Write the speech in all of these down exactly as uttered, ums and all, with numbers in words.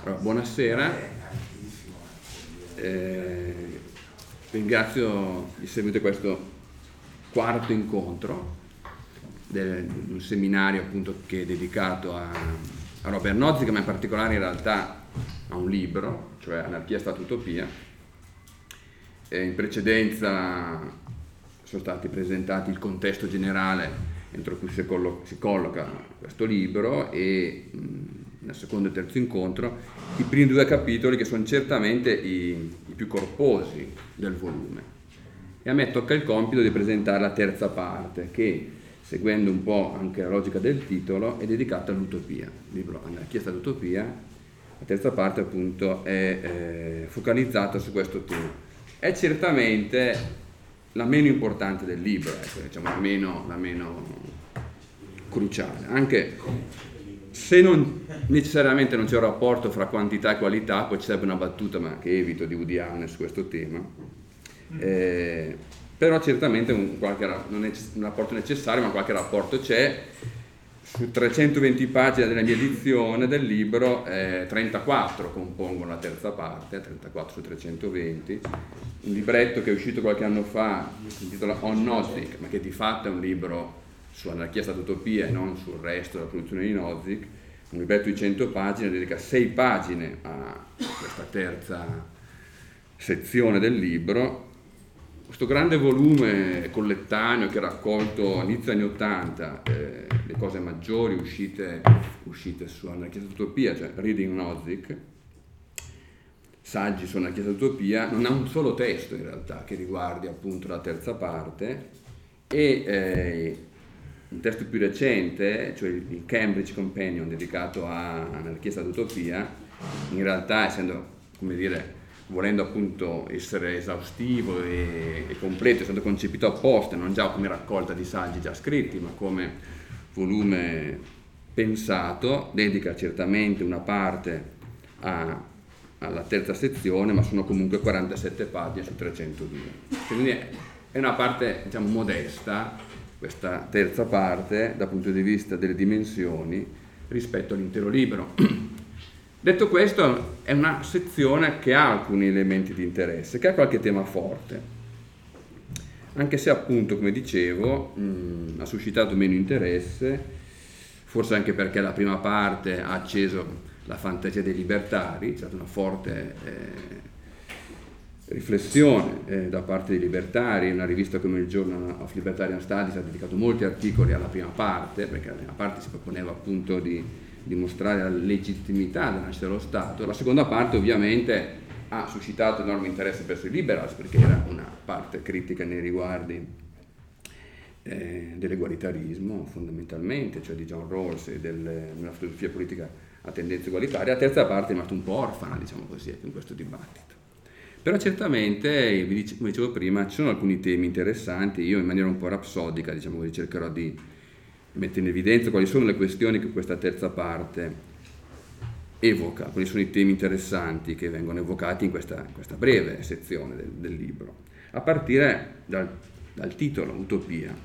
Allora, buonasera, eh, ringrazio di seguire questo quarto incontro di un seminario appunto che è dedicato a, a Robert Nozick, ma in particolare in realtà a un libro, cioè Anarchia, Stato, Utopia. E in precedenza sono stati presentati il contesto generale entro cui si, collo- si colloca questo libro e mh, nel secondo e terzo incontro i primi due capitoli che sono certamente i, i più corposi del volume. E a me tocca il compito di presentare la terza parte che, seguendo un po' anche la logica del titolo, è dedicata all'utopia. Il libro Anarchia, Stato, Utopia, la terza parte appunto è eh, focalizzata su questo tema. È certamente la meno importante del libro, ecco, diciamo la meno, la meno cruciale, anche se non necessariamente non c'è un rapporto fra quantità e qualità. Poi ci sarebbe una battuta, ma che evito, di Woody Allen su questo tema, eh, però certamente un, qualche, non è un rapporto necessario, ma qualche rapporto c'è. Su trecentoventi pagine della mia edizione del libro, eh, trentaquattro compongono la terza parte, trentaquattro su trecentoventi, un libretto che è uscito qualche anno fa, si intitola On Nozick, ma che di fatto è un libro su Anarchia, Stato, Utopia e non sul resto della produzione di Nozick, un libretto di cento pagine, dedica sei pagine a questa terza sezione del libro. Questo grande volume collettaneo che ha raccolto all'inizio degli anni ottanta eh, le cose maggiori uscite, uscite su Anarchia, Stato, Utopia, cioè Reading Nozick, saggi su Anarchia, Stato, Utopia, non ha un solo testo in realtà che riguardi appunto la terza parte, e eh, un testo più recente, cioè il Cambridge Companion dedicato a Anarchia, Stato, Utopia, in realtà, essendo, come dire, volendo appunto essere esaustivo e, e completo, è stato concepito apposta, non già come raccolta di saggi già scritti, ma come volume pensato, dedica certamente una parte a, alla terza sezione, ma sono comunque quarantasette pagine su trecentodue. Quindi è una parte, diciamo, modesta, questa terza parte, dal punto di vista delle dimensioni, rispetto all'intero libro. Detto questo, è una sezione che ha alcuni elementi di interesse, che ha qualche tema forte, anche se appunto, come dicevo, mh, ha suscitato meno interesse, forse anche perché la prima parte ha acceso la fantasia dei libertari. C'è stata una forte eh, riflessione eh, da parte dei libertari. Una rivista come il Journal of Libertarian Studies ha dedicato molti articoli alla prima parte, perché la prima parte si proponeva appunto di dimostrare la legittimità della nascita dello Stato. La seconda parte ovviamente ha suscitato enorme interesse presso i liberals, perché era una parte critica nei riguardi eh, dell'egualitarismo fondamentalmente, cioè di John Rawls e del, della filosofia politica a tendenza egualitaria. La terza parte è rimasta un po' orfana, diciamo così, in questo dibattito. Però certamente, come dicevo prima, ci sono alcuni temi interessanti. Io in maniera un po' rapsodica, diciamo così, cercherò di mette in evidenza quali sono le questioni che questa terza parte evoca, quali sono i temi interessanti che vengono evocati in questa, in questa breve sezione del, del libro, a partire dal, dal titolo, Utopia,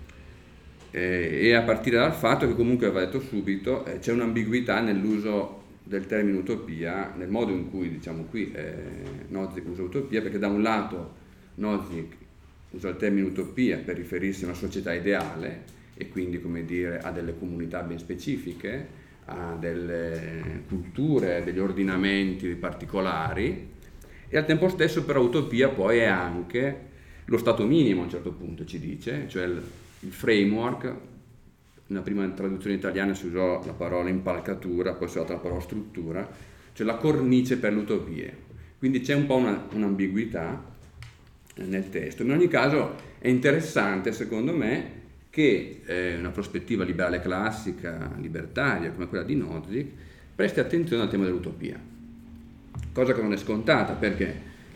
eh, e a partire dal fatto che, comunque, va detto subito, eh, c'è un'ambiguità nell'uso del termine utopia, nel modo in cui, diciamo qui, eh, Nozick usa utopia, perché da un lato Nozick usa il termine utopia per riferirsi a una società ideale, e quindi, come dire, a delle comunità ben specifiche, a delle culture, degli ordinamenti particolari, e al tempo stesso però utopia poi è anche lo stato minimo, a un certo punto ci dice, cioè il, il framework. Nella prima traduzione italiana si usò la parola impalcatura, poi si è usata la parola struttura, cioè la cornice per l'utopia. Quindi c'è un po' una, un'ambiguità nel testo. In ogni caso è interessante, secondo me, che eh, una prospettiva liberale classica, libertaria, come quella di Nozick, presti attenzione al tema dell'utopia, cosa che non è scontata. Perché?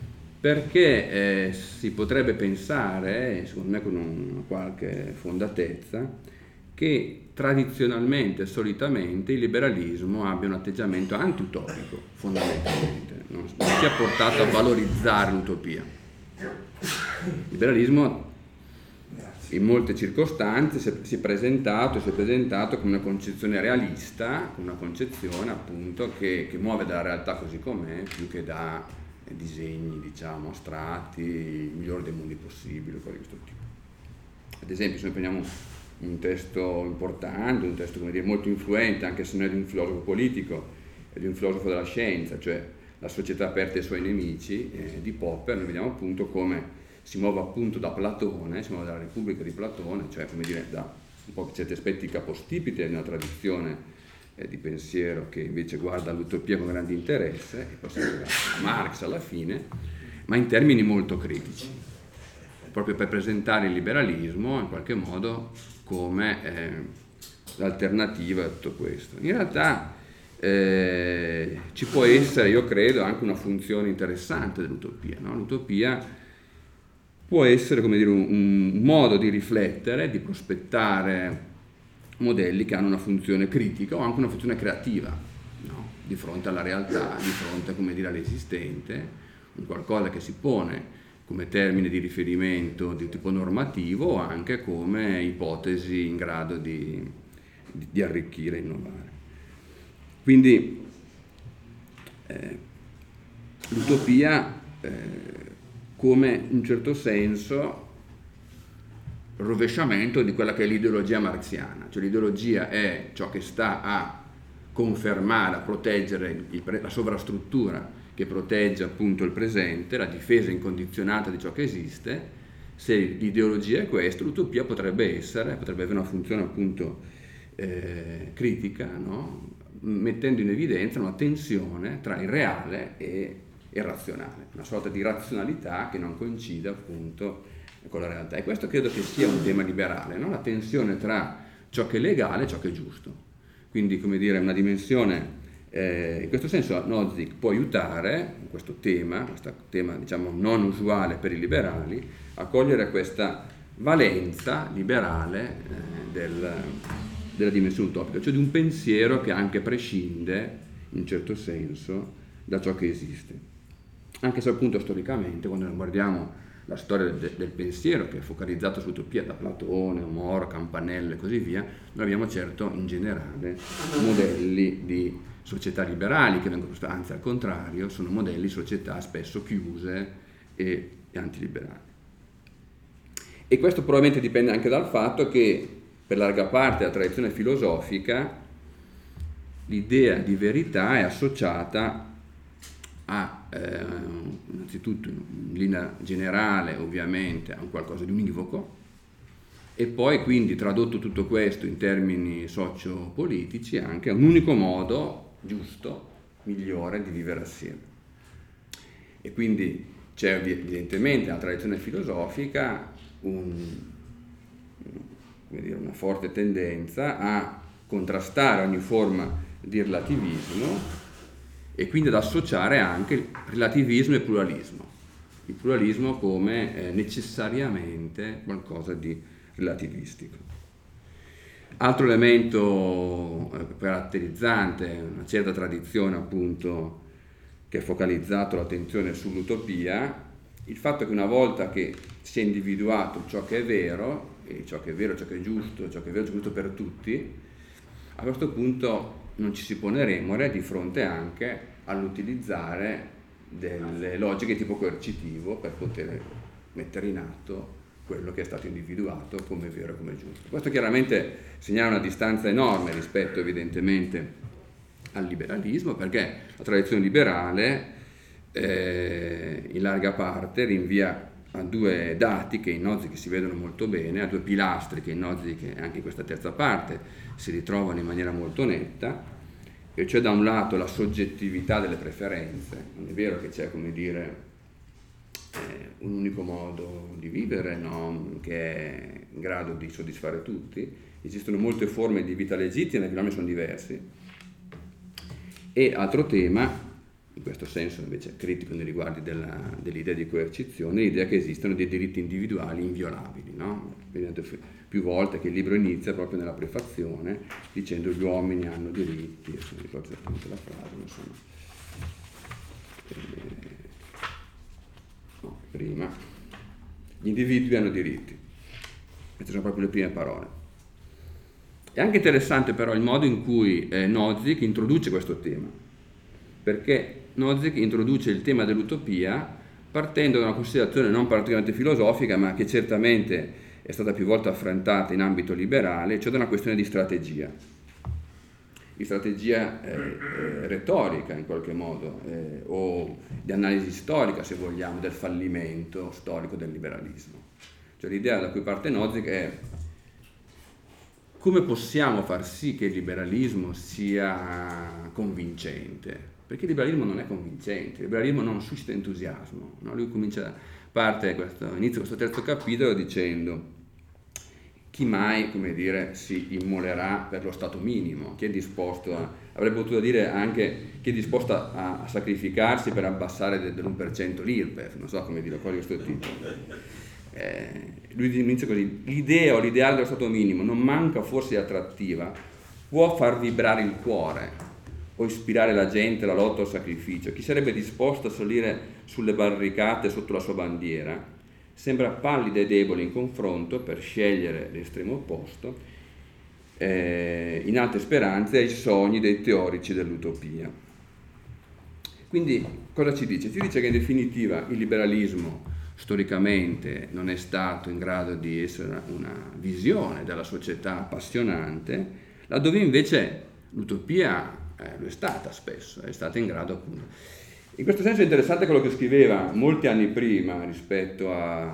Perché eh, si potrebbe pensare, secondo me con una qualche fondatezza, che tradizionalmente, solitamente, il liberalismo abbia un atteggiamento anti-utopico, fondamentalmente, non, non sia portato a valorizzare l'utopia. Il liberalismo in molte circostanze si è, si è presentato, si è presentato come una concezione realista, una concezione appunto che, che muove dalla realtà così com'è, più che da eh, disegni, diciamo, astratti, il migliore dei mondi possibili, cose di questo tipo. Ad esempio, se noi prendiamo un testo importante, un testo, come dire, molto influente, anche se non è di un filosofo politico, è di un filosofo della scienza, cioè La società aperta ai suoi nemici, eh, di Popper, noi vediamo appunto come si muove appunto da Platone, si muove dalla Repubblica di Platone, cioè come dire da un po' certi aspetti capostipiti di una tradizione eh, di pensiero che invece guarda l'utopia con grande interesse, e poi si arriva a Marx alla fine, ma in termini molto critici, proprio per presentare il liberalismo in qualche modo come eh, l'alternativa a tutto questo. In realtà eh, ci può essere, io credo, anche una funzione interessante dell'utopia, no? L'utopia può essere, come dire, un, un modo di riflettere, di prospettare modelli che hanno una funzione critica o anche una funzione creativa, no? Di fronte alla realtà, di fronte, come dire, all'esistente, un qualcosa che si pone come termine di riferimento di tipo normativo o anche come ipotesi in grado di, di, di arricchire e innovare. Quindi eh, l'utopia eh, come in un certo senso rovesciamento di quella che è l'ideologia marxiana, cioè l'ideologia è ciò che sta a confermare, a proteggere il, la sovrastruttura che protegge appunto il presente, la difesa incondizionata di ciò che esiste. Se l'ideologia è questa, l'utopia potrebbe essere, potrebbe avere una funzione appunto eh, critica, no? Mettendo in evidenza una tensione tra il reale e il razionale, una sorta di razionalità che non coincide appunto con la realtà. E questo credo che sia un tema liberale, no? La tensione tra ciò che è legale e ciò che è giusto. Quindi, come dire, una dimensione, eh, in questo senso Nozick può aiutare in questo tema, questo tema diciamo non usuale per i liberali, a cogliere questa valenza liberale eh, del, della dimensione utopica, cioè di un pensiero che anche prescinde, in un certo senso, da ciò che esiste. Anche se appunto storicamente, quando guardiamo la storia del, del pensiero che è focalizzato sull'utopia da Platone, Moro, Campanella e così via, noi abbiamo certo in generale modelli di società liberali che vengono, anzi al contrario, sono modelli di società spesso chiuse e, e antiliberali. E questo probabilmente dipende anche dal fatto che per larga parte della tradizione filosofica l'idea di verità è associata a eh, innanzitutto in linea generale ovviamente a un qualcosa di univoco, e poi quindi tradotto tutto questo in termini sociopolitici anche a un unico modo giusto, migliore di vivere assieme. E quindi c'è evidentemente nella tradizione filosofica un, come dire, una forte tendenza a contrastare ogni forma di relativismo e quindi ad associare anche relativismo e pluralismo, il pluralismo come eh, necessariamente qualcosa di relativistico. Altro elemento eh, caratterizzante una certa tradizione appunto che ha focalizzato l'attenzione sull'utopia, il fatto che una volta che si è individuato ciò che è vero, e ciò che è vero, ciò che è giusto, ciò che è vero, ciò che è giusto per tutti, a questo punto non ci si pone remore di fronte anche all'utilizzare delle logiche di tipo coercitivo per poter mettere in atto quello che è stato individuato come vero e come giusto. Questo chiaramente segnala una distanza enorme rispetto evidentemente al liberalismo, perché la tradizione liberale eh, in larga parte rinvia a due dati che in Nozick si vedono molto bene, a due pilastri che in Nozick anche in questa terza parte si ritrovano in maniera molto netta, e cioè da un lato la soggettività delle preferenze. Non è vero che c'è, come dire, eh, un unico modo di vivere, no? Che è in grado di soddisfare tutti, esistono molte forme di vita legittime, i fenomeni sono diversi. E altro tema, in questo senso invece critico nei riguardi della, dell'idea di coercizione, l'idea che esistono dei diritti individuali inviolabili, no? Più volte che il libro inizia proprio nella prefazione dicendo gli uomini hanno diritti, e sono ricordo esattamente la frase, insomma. Eh, no, prima, gli individui hanno diritti. Queste sono proprio le prime parole. È anche interessante però il modo in cui eh, Nozick introduce questo tema, perché Nozick introduce il tema dell'utopia partendo da una considerazione non particolarmente filosofica, ma che certamente è stata più volte affrontata in ambito liberale, cioè da una questione di strategia, di strategia eh, eh, retorica in qualche modo, eh, o di analisi storica, se vogliamo, del fallimento storico del liberalismo. Cioè l'idea da cui parte Nozick è: come possiamo far sì che il liberalismo sia convincente? Perché il liberalismo non è convincente, il liberalismo non suscita entusiasmo, no? Lui comincia, parte questo, inizia questo terzo capitolo dicendo: chi mai, come dire, si immolerà per lo stato minimo? Chi è disposto a, avrebbe potuto dire anche chi è disposto a, a sacrificarsi per abbassare de, dell'uno per cento l'I R P E F, non so come dire, cose di questo tipo. Eh, lui inizia così: l'idea o l'ideale dello stato minimo non manca forse di attrattiva, può far vibrare il cuore o ispirare la gente alla lotta o al sacrificio. Chi sarebbe disposto a salire sulle barricate sotto la sua bandiera sembra pallido e debole in confronto, per scegliere l'estremo opposto, eh, in alte speranze ai sogni dei teorici dell'utopia. Quindi cosa ci dice? Ci dice che in definitiva il liberalismo storicamente non è stato in grado di essere una visione della società appassionante, laddove invece l'utopia eh, lo è stata spesso, è stata in grado appunto. In questo senso è interessante quello che scriveva molti anni prima rispetto a,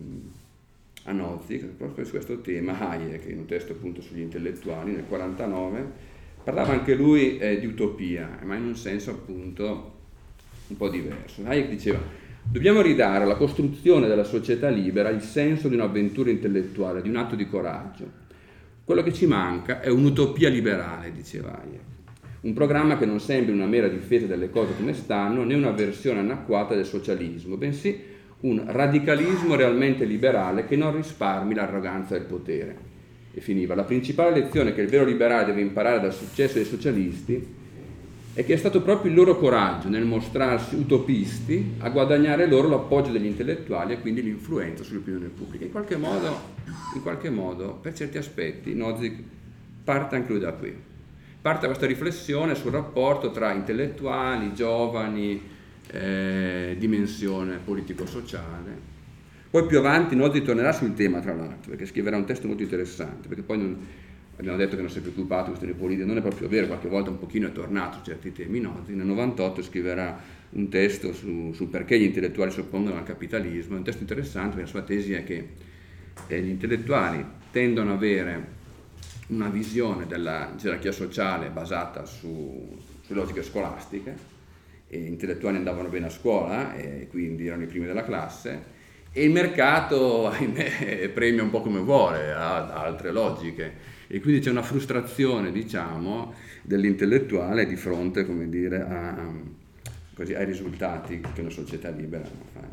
a Nozick, proprio su questo tema, Hayek, in un testo appunto sugli intellettuali nel quarantanove, parlava anche lui eh, di utopia, ma in un senso appunto un po' diverso. Hayek diceva: dobbiamo ridare alla costruzione della società libera il senso di un'avventura intellettuale, di un atto di coraggio. Quello che ci manca è un'utopia liberale, diceva Hayek. Un programma che non sembri una mera difesa delle cose come stanno, né una versione annacquata del socialismo, bensì un radicalismo realmente liberale che non risparmi l'arroganza del potere. E finiva: la principale lezione che il vero liberale deve imparare dal successo dei socialisti è che è stato proprio il loro coraggio nel mostrarsi utopisti a guadagnare loro l'appoggio degli intellettuali e quindi l'influenza sull'opinione pubblica. In qualche modo, in qualche modo, per certi aspetti, Nozick parte anche lui da qui. Parte questa riflessione sul rapporto tra intellettuali, giovani, eh, dimensione politico-sociale. Poi più avanti Nozick tornerà sul tema, tra l'altro, perché scriverà un testo molto interessante, perché poi non, abbiamo detto che non si è preoccupato di questioni politiche, non è proprio vero, qualche volta un pochino è tornato su certi temi. Nozick nel novantotto scriverà un testo su, su perché gli intellettuali si oppongono al capitalismo, è un testo interessante perché la sua tesi è che eh, gli intellettuali tendono ad avere una visione della gerarchia sociale basata su, su logiche scolastiche, e gli intellettuali andavano bene a scuola e quindi erano i primi della classe, e il mercato, ahimè, premia un po' come vuole, ha altre logiche, e quindi c'è una frustrazione, diciamo, dell'intellettuale di fronte, come dire, a, così, ai risultati che una società libera non fa.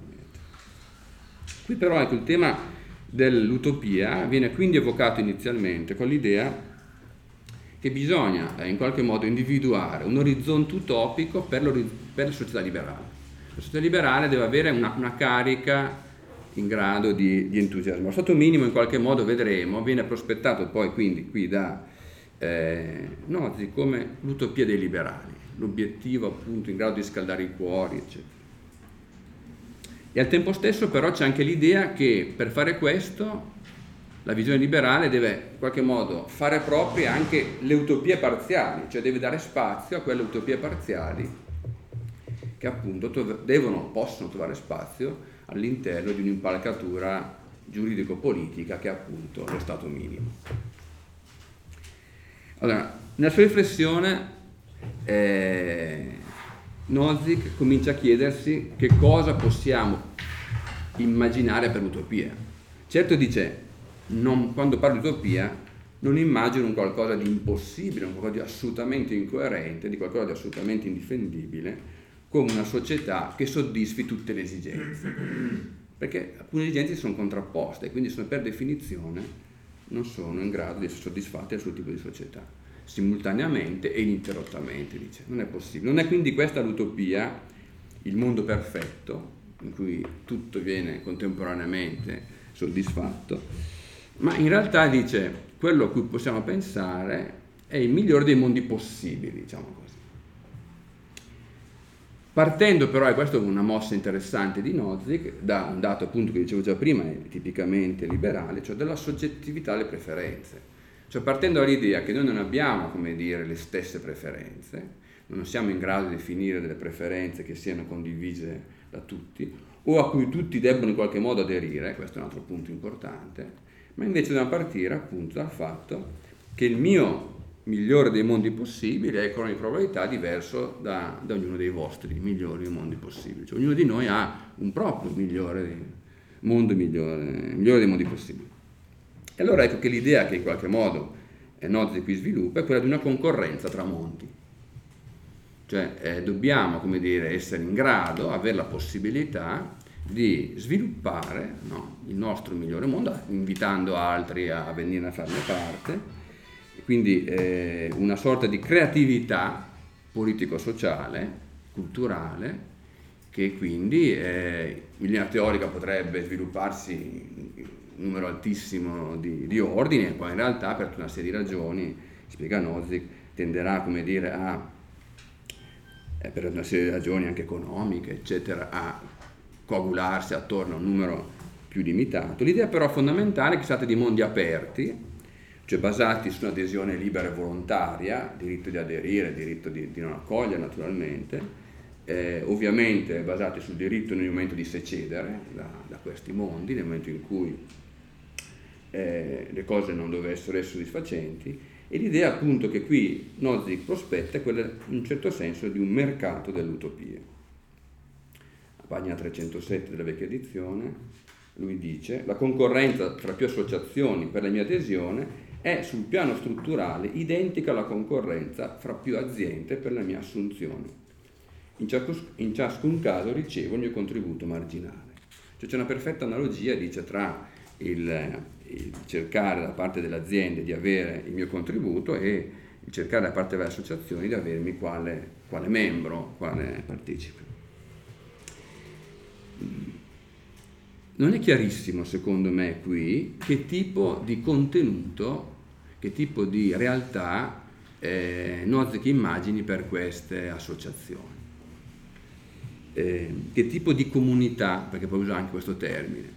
Qui però ecco il tema dell'utopia viene quindi evocato inizialmente con l'idea che bisogna eh, in qualche modo individuare un orizzonte utopico per, per la società liberale. La società liberale deve avere una, una carica in grado di, di entusiasmo. Lo stato minimo in qualche modo, vedremo, viene prospettato poi quindi qui da eh, Nozick come l'utopia dei liberali, l'obiettivo appunto in grado di scaldare i cuori, eccetera. E al tempo stesso però c'è anche l'idea che per fare questo la visione liberale deve in qualche modo fare proprie anche le utopie parziali, cioè deve dare spazio a quelle utopie parziali che appunto devono, possono trovare spazio all'interno di un'impalcatura giuridico-politica che è appunto lo stato minimo. Allora, nella sua riflessione eh, Nozick comincia a chiedersi che cosa possiamo immaginare per l'utopia. Certo dice, non, quando parlo di utopia non immagino un qualcosa di impossibile, un qualcosa di assolutamente incoerente, di qualcosa di assolutamente indifendibile, come una società che soddisfi tutte le esigenze. Perché alcune esigenze sono contrapposte e quindi sono, per definizione non sono in grado di essere soddisfatte da questo tipo di società, simultaneamente e ininterrottamente, dice. Non è possibile. Non è quindi questa l'utopia, il mondo perfetto, in cui tutto viene contemporaneamente soddisfatto, ma in realtà dice quello a cui possiamo pensare è il migliore dei mondi possibili, diciamo così. Partendo però, e questa è una mossa interessante di Nozick, da un dato appunto che dicevo già prima, è tipicamente liberale, cioè della soggettività alle preferenze. Cioè partendo dall'idea che noi non abbiamo, come dire, le stesse preferenze, non siamo in grado di definire delle preferenze che siano condivise da tutti, o a cui tutti debbono in qualche modo aderire, questo è un altro punto importante, ma invece dobbiamo partire appunto dal fatto che il mio migliore dei mondi possibili è con una probabilità diverso da, da ognuno dei vostri migliori mondi possibili. Cioè, ognuno di noi ha un proprio migliore dei, mondo migliore, migliore dei mondi possibili. E allora ecco che l'idea che in qualche modo Nozick qui sviluppa è quella di una concorrenza tra mondi. Cioè eh, dobbiamo, come dire, essere in grado, avere la possibilità di sviluppare, no, il nostro migliore mondo, invitando altri a venire a farne parte. Quindi eh, una sorta di creatività politico-sociale, culturale, che quindi eh, in linea teorica potrebbe svilupparsi in un numero altissimo di, di ordini, e poi in realtà per tutta una serie di ragioni, spiega Nozick, tenderà, come dire, a, eh, per una serie di ragioni anche economiche, eccetera, a coagularsi attorno a un numero più limitato. L'idea però fondamentale è che si tratta di mondi aperti, cioè basati su un'adesione libera e volontaria, diritto di aderire, diritto di, di non accogliere naturalmente, eh, ovviamente basati sul diritto nel momento di secedere da, da questi mondi, nel momento in cui eh, le cose non dovessero essere soddisfacenti, e l'idea appunto che qui Nozick prospetta è quella in un certo senso di un mercato dell'utopia. A pagina trecentosette della vecchia edizione lui dice: la concorrenza tra più associazioni per la mia adesione è sul piano strutturale identica alla concorrenza fra più aziende per la mia assunzione. In ciascun, in ciascun caso ricevo il mio contributo marginale. Cioè c'è una perfetta analogia, dice, tra il, il cercare da parte delle aziende di avere il mio contributo e il cercare da parte delle associazioni di avermi quale, quale membro, quale partecipe. Non è chiarissimo, secondo me, qui che tipo di contenuto, che tipo di realtà eh, Nozick immagini per queste associazioni. Eh, che tipo di comunità, perché poi usa anche questo termine.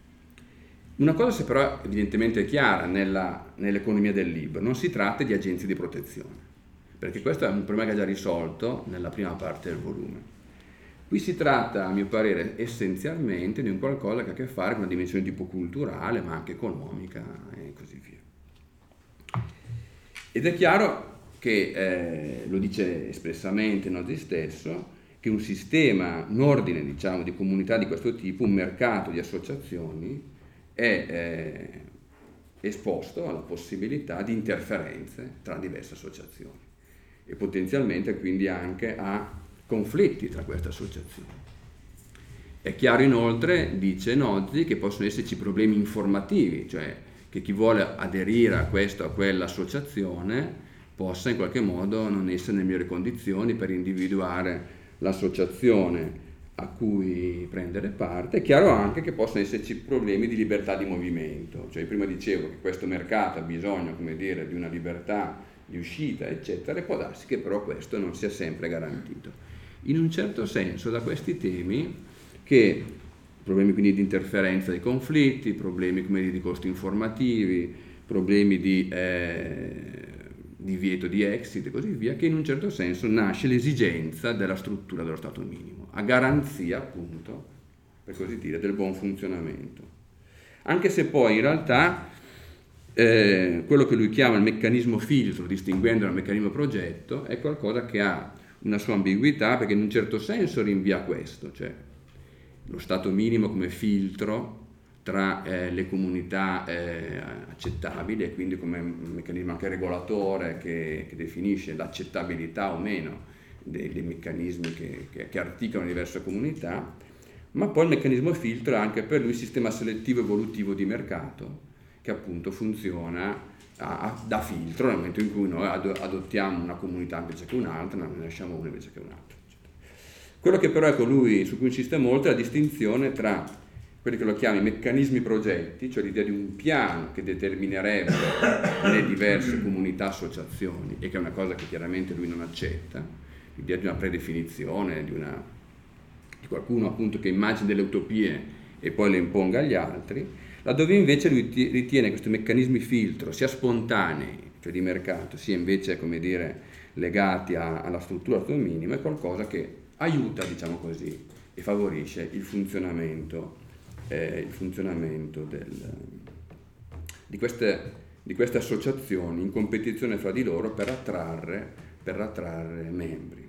Una cosa però evidentemente è chiara nella, nell'economia del libro: non si tratta di agenzie di protezione, perché questo è un problema che ha già risolto nella prima parte del volume. Qui si tratta, a mio parere, essenzialmente di un qualcosa che ha a che fare con una dimensione tipo culturale, ma anche economica e così via. Ed è chiaro che, eh, lo dice espressamente Nozick stesso, che un sistema, un ordine, diciamo, di comunità di questo tipo, un mercato di associazioni, è eh, esposto alla possibilità di interferenze tra diverse associazioni e potenzialmente quindi anche a conflitti tra queste associazioni. È chiaro inoltre, dice Nozick, che possono esserci problemi informativi, cioè che chi vuole aderire a questa o quella associazione possa in qualche modo non essere nelle migliori condizioni per individuare l'associazione a cui prendere parte. È chiaro anche che possono esserci problemi di libertà di movimento, cioè prima dicevo che questo mercato ha bisogno, come dire, di una libertà di uscita, eccetera, e può darsi che però questo non sia sempre garantito. In un certo senso, da questi temi, che problemi quindi di interferenza dei conflitti, problemi come dire, di costi informativi, problemi di eh, divieto di exit e così via, che in un certo senso nasce l'esigenza della struttura dello Stato minimo, a garanzia appunto, per così dire, del buon funzionamento. Anche se poi in realtà eh, quello che lui chiama il meccanismo filtro, distinguendo dal meccanismo progetto, è qualcosa che ha una sua ambiguità, perché in un certo senso rinvia a questo, cioè lo stato minimo come filtro tra eh, le comunità eh, accettabili, e quindi come un meccanismo anche regolatore che, che definisce l'accettabilità o meno dei, dei meccanismi che, che, che articolano diverse comunità, ma poi il meccanismo filtro è anche per lui il sistema selettivo evolutivo di mercato, che appunto funziona da filtro nel momento in cui noi adottiamo una comunità invece che un'altra, ne lasciamo una invece che un'altra. Quello che però ecco lui su cui insiste molto è la distinzione tra quelli che lo chiami meccanismi progetti, cioè l'idea di un piano che determinerebbe le diverse comunità associazioni, e che è una cosa che chiaramente lui non accetta, l'idea di una predefinizione, di, una, di qualcuno appunto che immagini delle utopie e poi le imponga agli altri, laddove invece lui ritiene che questi meccanismi filtro, sia spontanei, cioè di mercato, sia invece, come dire, legati a, alla struttura del minimo, è qualcosa che aiuta, diciamo così, e favorisce il funzionamento, eh, il funzionamento del, di, queste, di queste associazioni in competizione fra di loro per attrarre, per attrarre membri.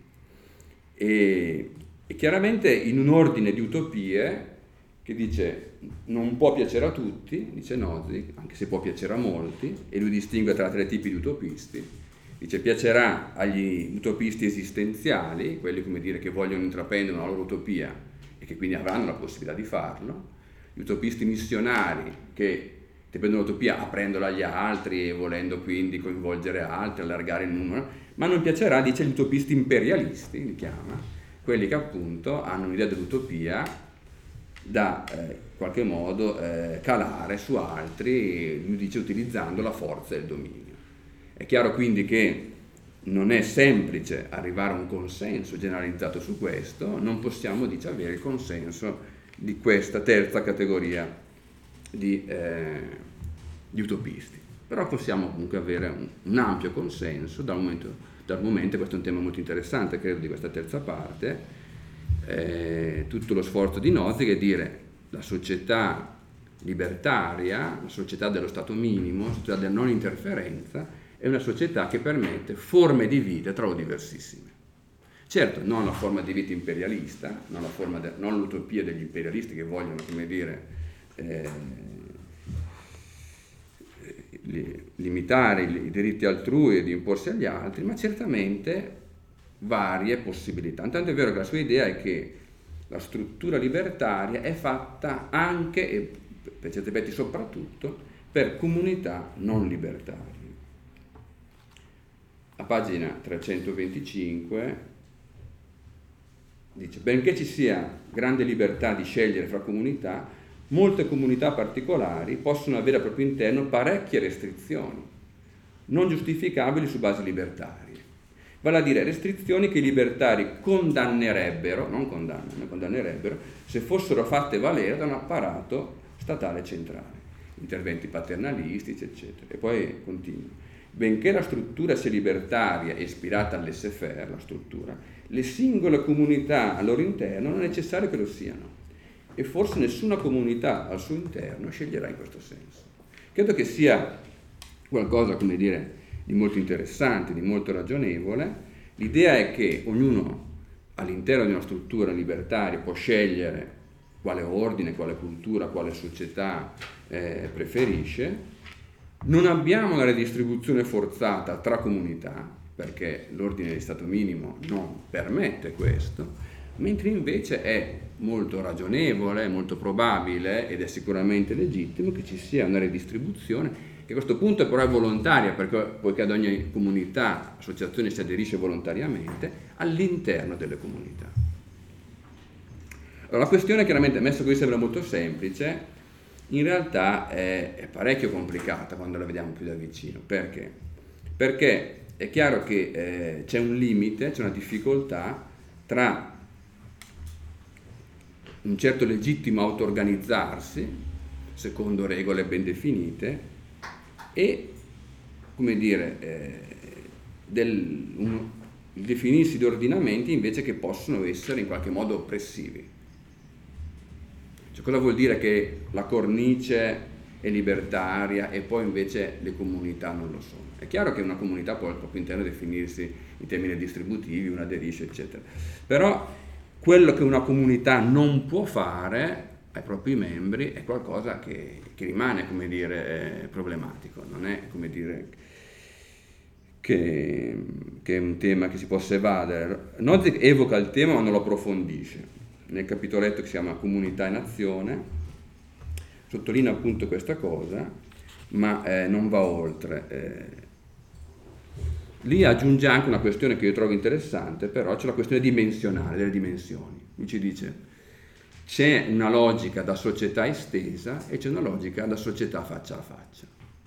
E, e chiaramente in un ordine di utopie che dice non può piacere a tutti, dice Nozick, anche se può piacere a molti, e lui distingue tra tre tipi di utopisti. Dice piacerà agli utopisti esistenziali, quelli, come dire, che vogliono intraprendere una loro utopia e che quindi avranno la possibilità di farlo, gli utopisti missionari che prendono l'utopia aprendola agli altri e volendo quindi coinvolgere altri, allargare il numero, ma non piacerà, dice, gli utopisti imperialisti, li chiama, quelli che appunto hanno un'idea dell'utopia da eh, in qualche modo eh, calare su altri, lui dice, utilizzando la forza e il dominio. È chiaro quindi che non è semplice arrivare a un consenso generalizzato su questo, non possiamo, dice, avere il consenso di questa terza categoria di, eh, di utopisti, però possiamo comunque avere un, un ampio consenso dal momento, dal momento, questo è un tema molto interessante credo di questa terza parte, eh, tutto lo sforzo di Nozick è dire la società libertaria, la società dello stato minimo, la società della non interferenza, è una società che permette forme di vita tra loro diversissime. Certo, non la forma di vita imperialista, non, la forma de, non l'utopia degli imperialisti che vogliono, come dire, eh, limitare i, i diritti altrui e di imporsi agli altri, ma certamente varie possibilità. Tanto è vero che la sua idea è che la struttura libertaria è fatta anche, e per certi aspetti soprattutto, per comunità non libertarie. A pagina trecentoventicinque dice, benché ci sia grande libertà di scegliere fra comunità, molte comunità particolari possono avere al proprio interno parecchie restrizioni, non giustificabili su basi libertarie. Vale a dire restrizioni che i libertari condannerebbero, non condannano, condannerebbero, se fossero fatte valere da un apparato statale centrale, interventi paternalistici, eccetera. E poi continua. Benché la struttura sia libertaria e ispirata all'laissez-faire, la struttura, le singole comunità al loro interno non è necessario che lo siano, e forse nessuna comunità al suo interno sceglierà in questo senso. Credo che sia qualcosa, come dire, di molto interessante, di molto ragionevole. L'idea è che ognuno all'interno di una struttura libertaria può scegliere quale ordine, quale cultura, quale società eh, preferisce. Non abbiamo una redistribuzione forzata tra comunità, perché l'ordine di stato minimo non permette questo, mentre invece è molto ragionevole, molto probabile ed è sicuramente legittimo che ci sia una redistribuzione, che a questo punto però è volontaria, perché poiché ad ogni comunità, associazione si aderisce volontariamente all'interno delle comunità. Allora, la questione chiaramente, messa così, sembra molto semplice, in realtà è, è parecchio complicata quando la vediamo più da vicino. Perché? Perché è chiaro che eh, c'è un limite, c'è una difficoltà tra un certo legittimo auto-organizzarsi, secondo regole ben definite, e, come dire, eh, del, un, il definirsi di ordinamenti invece che possono essere in qualche modo oppressivi. Cioè, cosa vuol dire che la cornice è libertaria e poi invece le comunità non lo sono? È chiaro che una comunità può al proprio interno definirsi in termini distributivi, una aderisce, eccetera. Però quello che una comunità non può fare ai propri membri è qualcosa che, che rimane, come dire, eh, problematico. Non è, come dire, che, che è un tema che si possa evadere. Nozick evoca il tema ma non lo approfondisce. Nel capitoletto che si chiama Comunità in azione sottolinea appunto questa cosa, ma eh, non va oltre. Eh, lì aggiunge anche una questione che io trovo interessante, però c'è la questione dimensionale, delle dimensioni. Mi ci dice, c'è una logica da società estesa e c'è una logica da società faccia a faccia.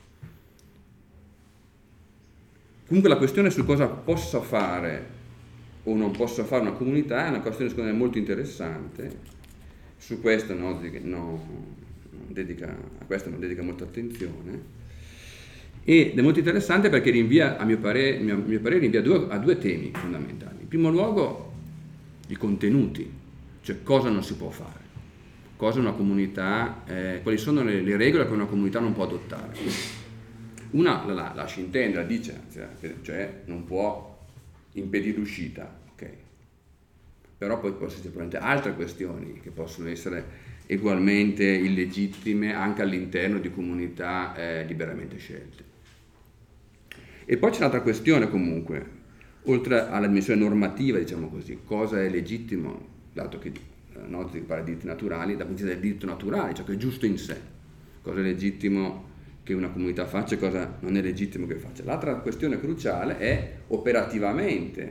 Comunque la questione su cosa possa fare o non possa fare una comunità è una questione secondo me molto interessante. Su questo no, no, non dedica, a questo non dedica molta attenzione, ed è molto interessante perché rinvia, a mio parere, a mio parere rinvia due, a due temi fondamentali. In primo luogo i contenuti, cioè cosa non si può fare, cosa una comunità, eh, quali sono le, le regole che una comunità non può adottare. Una la, la lascia intendere, dice, cioè non può impedire l'uscita, ok. Però poi possono esserci probabilmente altre questioni che possono essere ugualmente illegittime anche all'interno di comunità eh, liberamente scelte. E poi c'è un'altra questione comunque, oltre alla dimensione normativa, diciamo così, cosa è legittimo, dato che no, si parla di diritti naturali, dal punto di vista del diritto naturale, cioè che è giusto in sé, cosa è legittimo che una comunità faccia e cosa non è legittimo che faccia. L'altra questione cruciale è operativamente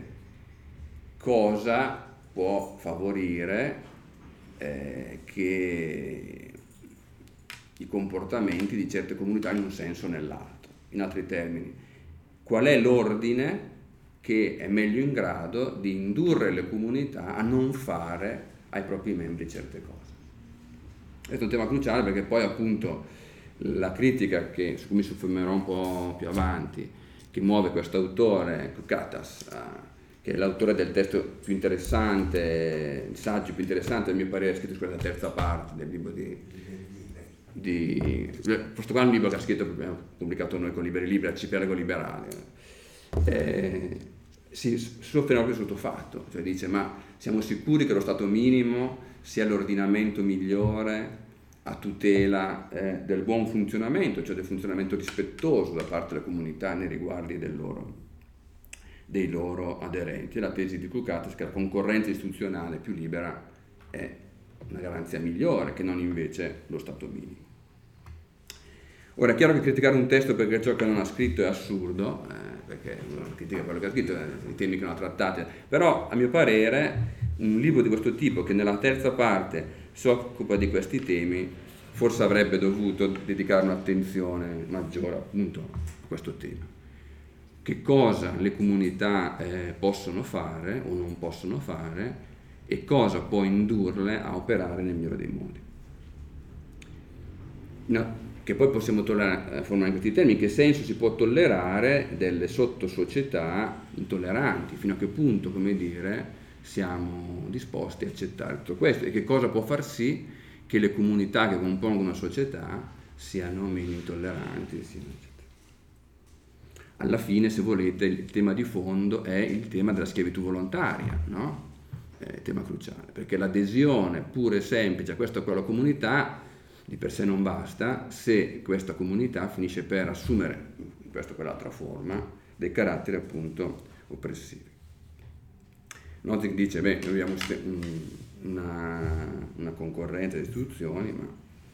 cosa può favorire eh, che i comportamenti di certe comunità in un senso o nell'altro. In altri termini, qual è l'ordine che è meglio in grado di indurre le comunità a non fare ai propri membri certe cose. Questo è un tema cruciale perché poi appunto la critica che, su cui mi soffermerò un po' più avanti, che muove questo autore, Kukatas, che è l'autore del testo più interessante, il saggio più interessante a mio parere, scritto su questa terza parte del libro di... di questo qua è un libro che ha scritto, abbiamo pubblicato noi con Liberi Liberi, Arcipelago Liberale. Eh, si sofferma proprio su questo fatto, cioè dice ma siamo sicuri che lo stato minimo sia l'ordinamento migliore a tutela eh, del buon funzionamento, cioè del funzionamento rispettoso da parte della comunità nei riguardi del loro, dei loro aderenti. E la tesi di Kukatas è che la concorrenza istituzionale più libera è una garanzia migliore che non invece lo stato minimo. Ora è chiaro che criticare un testo perché ciò che non ha scritto è assurdo, eh, perché uno critica quello che ha scritto, eh, i temi che non ha trattato, però a mio parere un libro di questo tipo che nella terza parte si occupa di questi temi forse avrebbe dovuto dedicare un'attenzione maggiore appunto a questo tema. Che cosa le comunità eh, possono fare o non possono fare e cosa può indurle a operare nel migliore dei modi. No, che poi possiamo tollerare, formare in questi termini, in che senso si può tollerare delle sottosocietà intolleranti, fino a che punto, come dire, siamo disposti a accettare tutto questo e che cosa può far sì che le comunità che compongono una società siano meno intolleranti. Siano, alla fine, se volete, il tema di fondo è il tema della schiavitù volontaria, no? È il tema cruciale, perché l'adesione pura e semplice a questa o quella comunità di per sé non basta se questa comunità finisce per assumere in questa o quell'altra forma dei caratteri appunto oppressivi. Nozick dice, beh, noi abbiamo una, una concorrenza di istituzioni, ma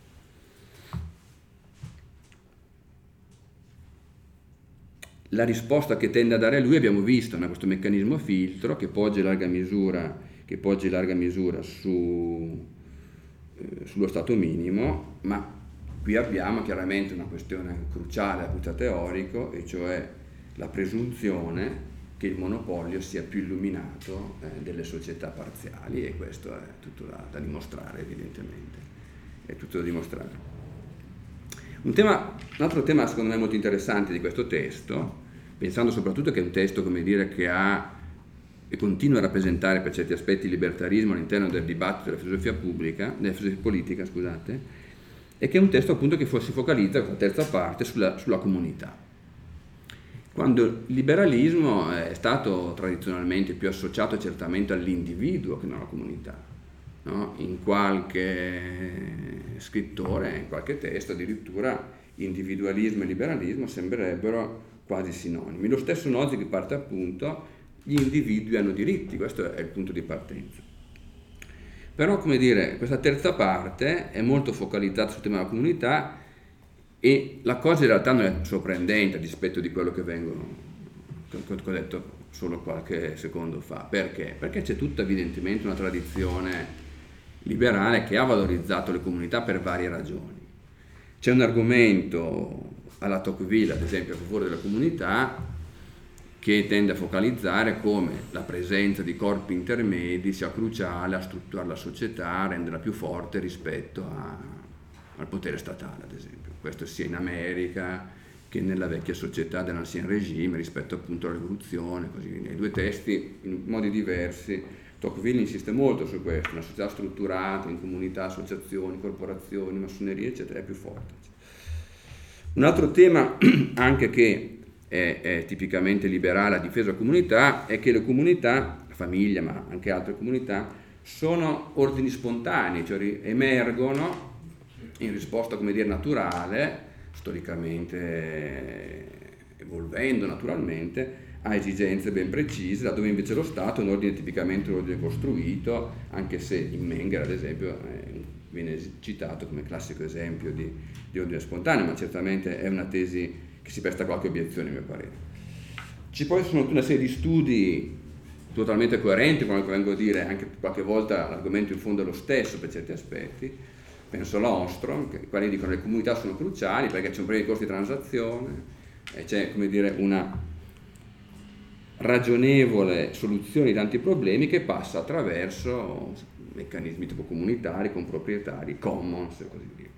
la risposta che tende a dare lui abbiamo visto, no? Questo meccanismo filtro che poggia in larga misura, che poggia in larga misura su, eh, sullo stato minimo, ma qui abbiamo chiaramente una questione cruciale dal punto di vista teorico, e cioè la presunzione che il monopolio sia più illuminato eh, delle società parziali, e questo è tutto da, da dimostrare, evidentemente, è tutto da dimostrare. Un, tema, un altro tema secondo me molto interessante di questo testo, pensando soprattutto che è un testo, come dire, che ha e continua a rappresentare per certi aspetti il libertarismo all'interno del dibattito della filosofia pubblica, della filosofia politica, scusate, è che è un testo appunto che si focalizza, con la terza parte, sulla, sulla comunità. Quando il liberalismo è stato tradizionalmente più associato certamente all'individuo che non alla comunità, no? In qualche scrittore, in qualche testo addirittura individualismo e liberalismo sembrerebbero quasi sinonimi. Lo stesso Nozick parte appunto, gli individui hanno diritti, questo è il punto di partenza. Però, come dire, questa terza parte è molto focalizzata sul tema della comunità, e la cosa in realtà non è sorprendente a dispetto di quello che vengono, che ho detto solo qualche secondo fa. Perché? Perché c'è tutta evidentemente una tradizione liberale che ha valorizzato le comunità per varie ragioni. C'è un argomento alla Tocqueville, ad esempio, a favore della comunità, che tende a focalizzare come la presenza di corpi intermedi sia cruciale a strutturare la società, a renderla più forte rispetto a, al potere statale, ad esempio. Questo sia in America che nella vecchia società dell'ancien regime rispetto appunto alla rivoluzione, così via. Nei due testi, in modi diversi, Tocqueville insiste molto su questo: una società strutturata in comunità, associazioni, corporazioni, massonerie, eccetera, è più forte. Un altro tema anche che è, è tipicamente liberale a difesa della comunità è che le comunità, la famiglia ma anche altre comunità, sono ordini spontanei, cioè emergono in risposta, come dire, naturale, storicamente evolvendo naturalmente, a esigenze ben precise, laddove invece lo Stato è un ordine tipicamente un ordine costruito, anche se in Menger, ad esempio, eh, viene citato come classico esempio di, di ordine spontaneo, ma certamente è una tesi che si presta a qualche obiezione, a mio parere. Ci poi sono una serie di studi totalmente coerenti, come vengo a dire, anche qualche volta l'argomento in fondo è lo stesso per certi aspetti. Penso alla Ostrom, i quali dicono che le comunità sono cruciali perché c'è un problema di costi di transazione e c'è, come dire, una ragionevole soluzione di tanti problemi che passa attraverso meccanismi tipo comunitari, con proprietari, commons e così via.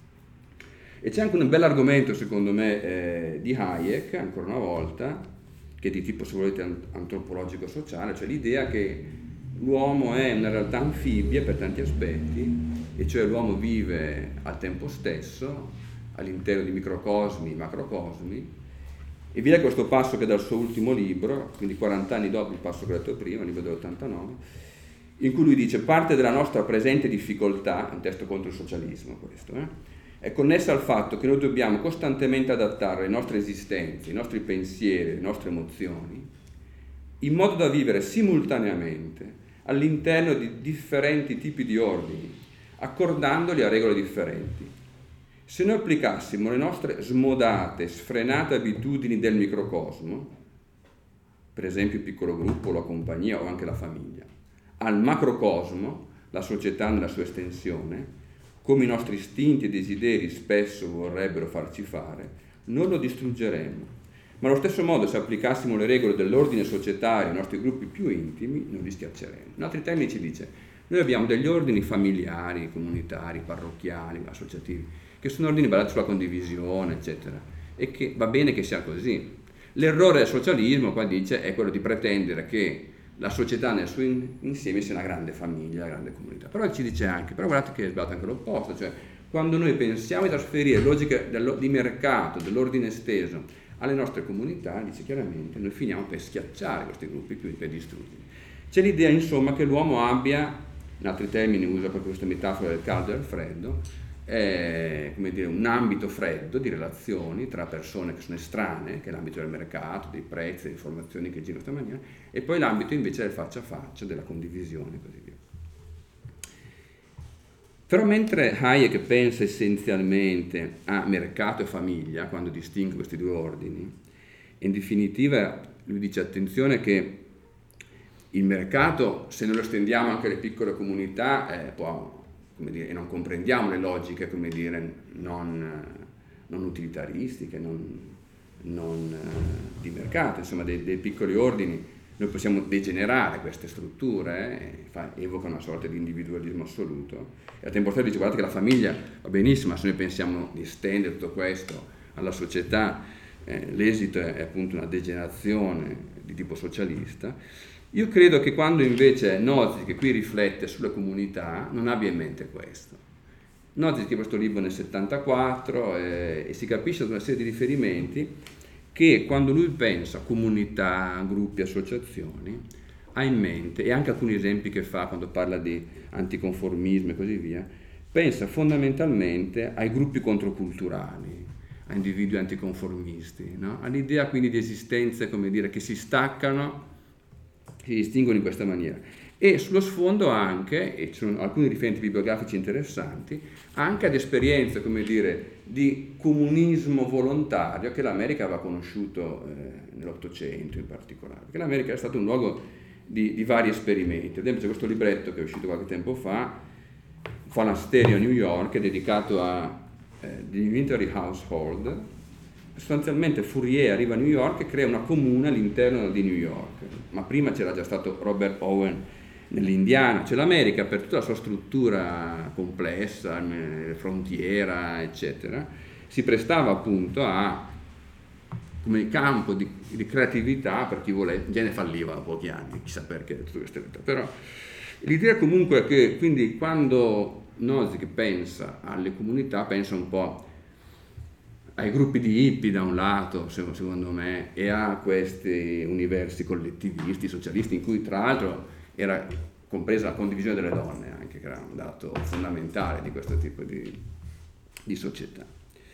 E c'è anche un bel argomento, secondo me, eh, di Hayek, ancora una volta, che è di tipo, se volete, antropologico-sociale, cioè l'idea che l'uomo è una realtà anfibia per tanti aspetti, e cioè l'uomo vive al tempo stesso all'interno di microcosmi, macrocosmi, e vi leggo questo passo che è dal suo ultimo libro, quindi quaranta anni dopo il passo che ho detto prima, il libro dell'ottantanove, in cui lui dice: parte della nostra presente difficoltà, un testo contro il socialismo questo, eh, è connessa al fatto che noi dobbiamo costantemente adattare le nostre esistenze, i nostri pensieri, le nostre emozioni, in modo da vivere simultaneamente all'interno di differenti tipi di ordini, accordandoli a regole differenti. Se noi applicassimo le nostre smodate, sfrenate abitudini del microcosmo, per esempio il piccolo gruppo, la compagnia o anche la famiglia, al macrocosmo, la società nella sua estensione, come i nostri istinti e desideri spesso vorrebbero farci fare, noi lo distruggeremo. Ma allo stesso modo, se applicassimo le regole dell'ordine societario ai nostri gruppi più intimi, non li schiacceremo. In altri termini ci dice: noi abbiamo degli ordini familiari, comunitari, parrocchiali, associativi, che sono ordini basati sulla condivisione, eccetera, e che va bene che sia così. L'errore del socialismo, qua dice, è quello di pretendere che la società nel suo insieme sia una grande famiglia, una grande comunità. Però ci dice anche, però guardate che è sbagliato anche l'opposto, cioè quando noi pensiamo di trasferire logiche di mercato, dell'ordine esteso alle nostre comunità, dice chiaramente, noi finiamo per schiacciare questi gruppi più per distruggerli. C'è l'idea, insomma, che l'uomo abbia, in altri termini usa proprio questa metafora del caldo e del freddo, è, come dire, un ambito freddo di relazioni tra persone che sono estranee, che è l'ambito del mercato, dei prezzi, delle informazioni che girano in questa maniera, e poi l'ambito invece del faccia a faccia, della condivisione e così via. Però mentre Hayek pensa essenzialmente a mercato e famiglia, quando distingue questi due ordini, in definitiva lui dice: attenzione che il mercato, se noi lo estendiamo anche alle piccole comunità, eh, può, come dire, e non comprendiamo le logiche, come dire, non, non utilitaristiche, non, non eh, di mercato, insomma dei, dei piccoli ordini, noi possiamo degenerare queste strutture, eh, fa, evoca una sorta di individualismo assoluto, e al tempo stesso dice: guardate che la famiglia va benissimo, ma se noi pensiamo di estendere tutto questo alla società, eh, l'esito è, è appunto una degenerazione di tipo socialista. Io credo che quando invece Nozick, che qui riflette sulle comunità, non abbia in mente questo. Nozick scrive questo libro nel settantaquattro eh, e si capisce da una serie di riferimenti che quando lui pensa a comunità, gruppi, associazioni, ha in mente, e anche alcuni esempi che fa quando parla di anticonformismo e così via, pensa fondamentalmente ai gruppi controculturali, a individui anticonformisti, no? All'idea quindi di esistenze, come dire, che si staccano, si distinguono in questa maniera, e sullo sfondo anche, e ci sono alcuni riferimenti bibliografici interessanti, anche ad esperienze, come dire, di comunismo volontario che l'America aveva conosciuto eh, nell'Ottocento in particolare, perché l'America è stato un luogo di, di vari esperimenti. Ad esempio c'è questo libretto che è uscito qualche tempo fa, Fonasterio a New York, dedicato a eh, The Inventory Household. Sostanzialmente Fourier arriva a New York e crea una comune all'interno di New York, ma prima c'era già stato Robert Owen nell'Indiana, cioè l'America per tutta la sua struttura complessa, frontiera, eccetera, si prestava appunto a, come campo di, di creatività per chi voleva. In genere falliva a pochi anni, chissà perché, tutto questo, però l'idea comunque è che quindi quando Nozick pensa alle comunità pensa un po' ai gruppi di hippie da un lato, secondo me, e a questi universi collettivisti, socialisti, in cui tra l'altro era compresa la condivisione delle donne anche, che era un dato fondamentale di questo tipo di, di società.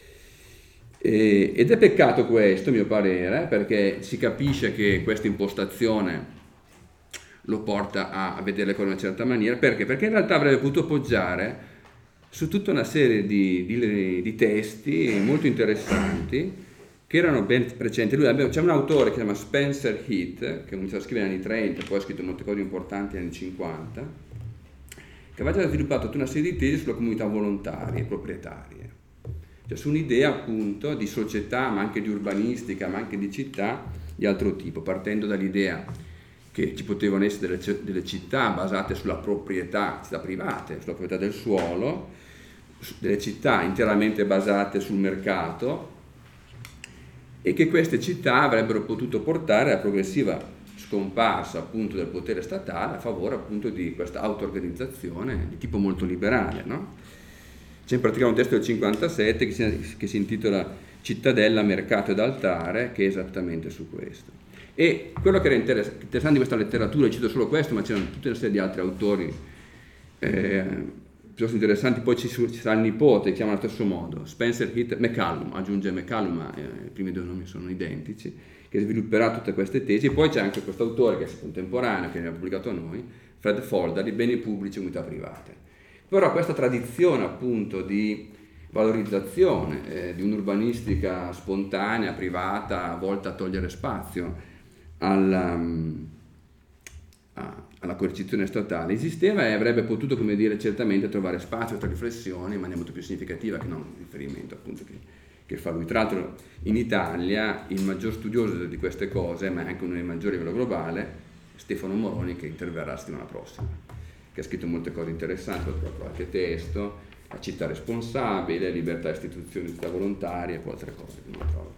E, ed è peccato questo, a mio parere, perché si capisce che questa impostazione lo porta a, a vedere le cose in una certa maniera. Perché? Perché in realtà avrebbe potuto poggiare su tutta una serie di, di, di testi molto interessanti che erano ben recenti. Lui, c'è un autore che si chiama Spencer Heath, che cominciò a scrivere negli anni trenta, poi ha scritto molte cose importanti negli anni cinquanta, che aveva già sviluppato tutta una serie di tesi sulle comunità volontarie e proprietarie, cioè su un'idea appunto di società, ma anche di urbanistica, ma anche di città di altro tipo, partendo dall'idea che ci potevano essere delle, delle città basate sulla proprietà, città private, sulla proprietà del suolo, delle città interamente basate sul mercato, e che queste città avrebbero potuto portare alla progressiva scomparsa appunto del potere statale a favore appunto di questa auto-organizzazione di tipo molto liberale, no? C'è in particolare un testo del cinquantasette che si, che si intitola Cittadella, mercato ed altare, che è esattamente su questo. E quello che era interessante di questa letteratura, cito solo questo, ma c'erano tutta una serie di altri autori eh, piuttosto interessanti, poi ci, ci sarà il nipote, che chiama allo stesso modo, Spencer Heath McCallum, aggiunge McCallum, ma eh, i primi due nomi sono identici, che svilupperà tutte queste tesi. E poi c'è anche questo autore che è contemporaneo, che ne ha pubblicato a noi, Fred Folder, Beni pubblici e unità private. Però questa tradizione appunto di valorizzazione eh, di un'urbanistica spontanea, privata, volta a togliere spazio alla, a, alla coercizione statale esisteva e avrebbe potuto, come dire, certamente trovare spazio a questa riflessione in maniera molto più significativa che non il riferimento appunto che, che fa lui. Tra l'altro in Italia il maggior studioso di queste cose, ma anche uno dei maggiori a livello globale, Stefano Moroni, che interverrà la settimana prossima, che ha scritto molte cose interessanti, proprio qualche testo, la città responsabile, libertà e istituzioni di città volontarie e poi altre cose che non trovo.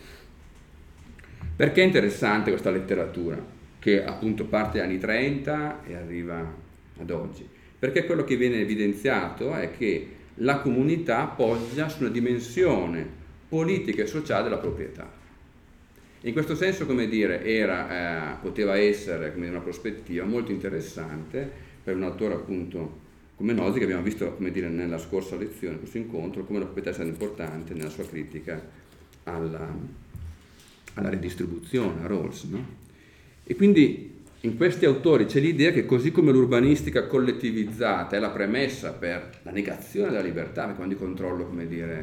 Perché è interessante questa letteratura, che appunto parte dagli anni trenta e arriva ad oggi? Perché quello che viene evidenziato è che la comunità poggia su una dimensione politica e sociale della proprietà. In questo senso, come dire, era, eh, poteva essere come una prospettiva molto interessante per un autore appunto come Nozick, che abbiamo visto, come dire, nella scorsa lezione, questo incontro, come la proprietà è stata importante nella sua critica alla, alla redistribuzione, a Rawls, no? E quindi in questi autori c'è l'idea che così come l'urbanistica collettivizzata è la premessa per la negazione della libertà, perché quando controllo, come dire,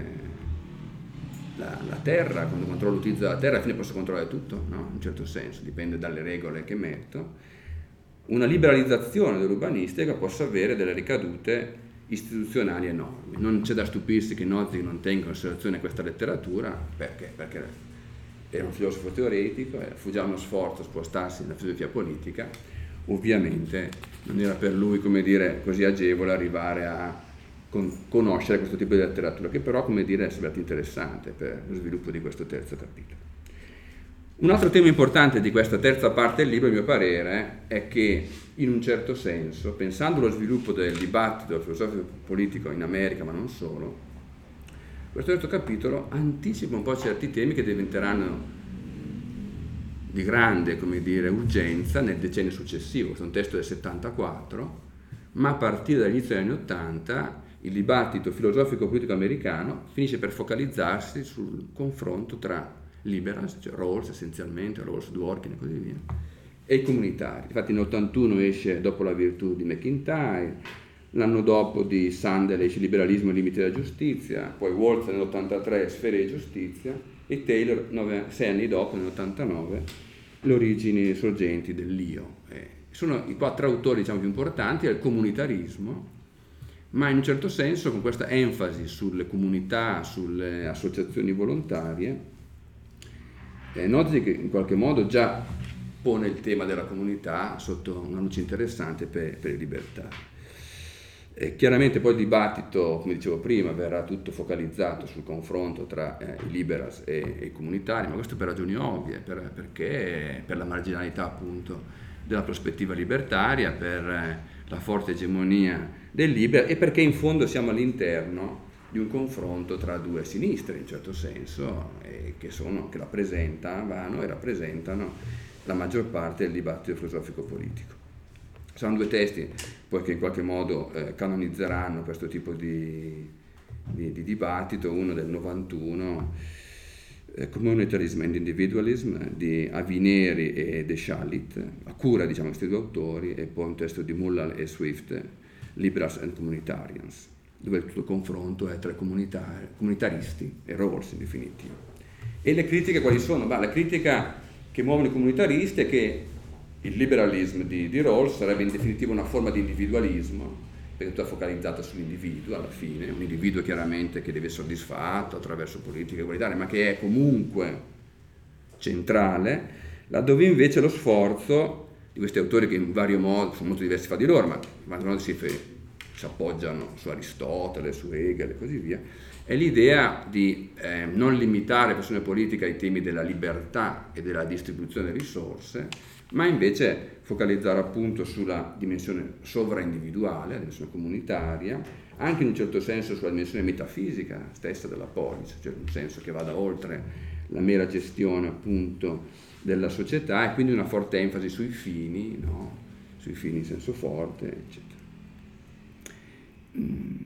la, la terra, quando controllo l'utilizzo della terra, alla fine posso controllare tutto, no? In un certo senso, dipende dalle regole che metto. Una liberalizzazione dell'urbanistica possa avere delle ricadute istituzionali enormi. Non c'è da stupirsi che Nozick non tenga in considerazione questa letteratura, perché? Perché era un filosofo teoretico, fu già uno sforzo spostarsi nella filosofia politica, ovviamente non era per lui, come dire, così agevole arrivare a con- conoscere questo tipo di letteratura, che però, come dire, è sembrato interessante per lo sviluppo di questo terzo capitolo. Un altro tema importante di questa terza parte del libro, a mio parere, è che in un certo senso, pensando allo sviluppo del dibattito filosofico politico in America, ma non solo, questo terzo capitolo anticipa un po' certi temi che diventeranno di grande, come dire, urgenza nel decennio successivo. Questo è un testo del settantaquattro, ma a partire dall'inizio degli anni ottanta il dibattito filosofico-politico americano finisce per focalizzarsi sul confronto tra liberals, cioè Rawls essenzialmente, Rawls, Dworkin e così via, e i comunitari. Infatti nell'ottantuno esce Dopo la virtù di McIntyre, l'anno dopo di Sandel esce Liberalismo e limiti della giustizia, poi Walther nell'ottantatré Sfere di giustizia e Taylor nove, sei anni dopo, nell'ottantanove, Le origini sorgenti dell'io. Eh, sono i quattro autori, diciamo, più importanti, è il comunitarismo, ma in un certo senso con questa enfasi sulle comunità, sulle associazioni volontarie, eh, Nozick in qualche modo già pone il tema della comunità sotto una luce interessante per, per i libertari. E chiaramente poi il dibattito, come dicevo prima, verrà tutto focalizzato sul confronto tra eh, i liberals e, e i comunitari, ma questo per ragioni ovvie, per, perché per la marginalità appunto della prospettiva libertaria, per eh, la forte egemonia del libero e perché in fondo siamo all'interno di un confronto tra due sinistre in un certo senso, eh, che, sono, che rappresentano e rappresentano la maggior parte del dibattito filosofico-politico. Saranno due testi poi che in qualche modo eh, canonizzeranno questo tipo di, di, di dibattito, uno del novantuno, eh, Communitarism and Individualism di Avineri e De Shalit, a cura diciamo questi due autori, e poi un testo di Mullal e Swift, Liberals and Communitarians, dove tutto il confronto è tra comunitari, comunitaristi e Rawls in definitivo. E le critiche quali sono? Beh, la critica che muovono i comunitaristi è che il liberalismo di, di Rawls sarebbe in definitiva una forma di individualismo, perché tutto è focalizzato sull'individuo alla fine, un individuo chiaramente che deve essere soddisfatto attraverso politiche egualitarie, ma che è comunque centrale, laddove invece lo sforzo di questi autori, che in vario modo sono molto diversi fra di loro, ma in vario modo si, si appoggiano su Aristotele, su Hegel e così via, è l'idea di eh, non limitare la questione politica ai temi della libertà e della distribuzione delle risorse, ma invece focalizzare appunto sulla dimensione sovraindividuale, la dimensione comunitaria, anche in un certo senso sulla dimensione metafisica stessa della polis, cioè un senso che vada oltre la mera gestione appunto della società, e quindi una forte enfasi sui fini, no? Sui fini in senso forte, eccetera. Mm.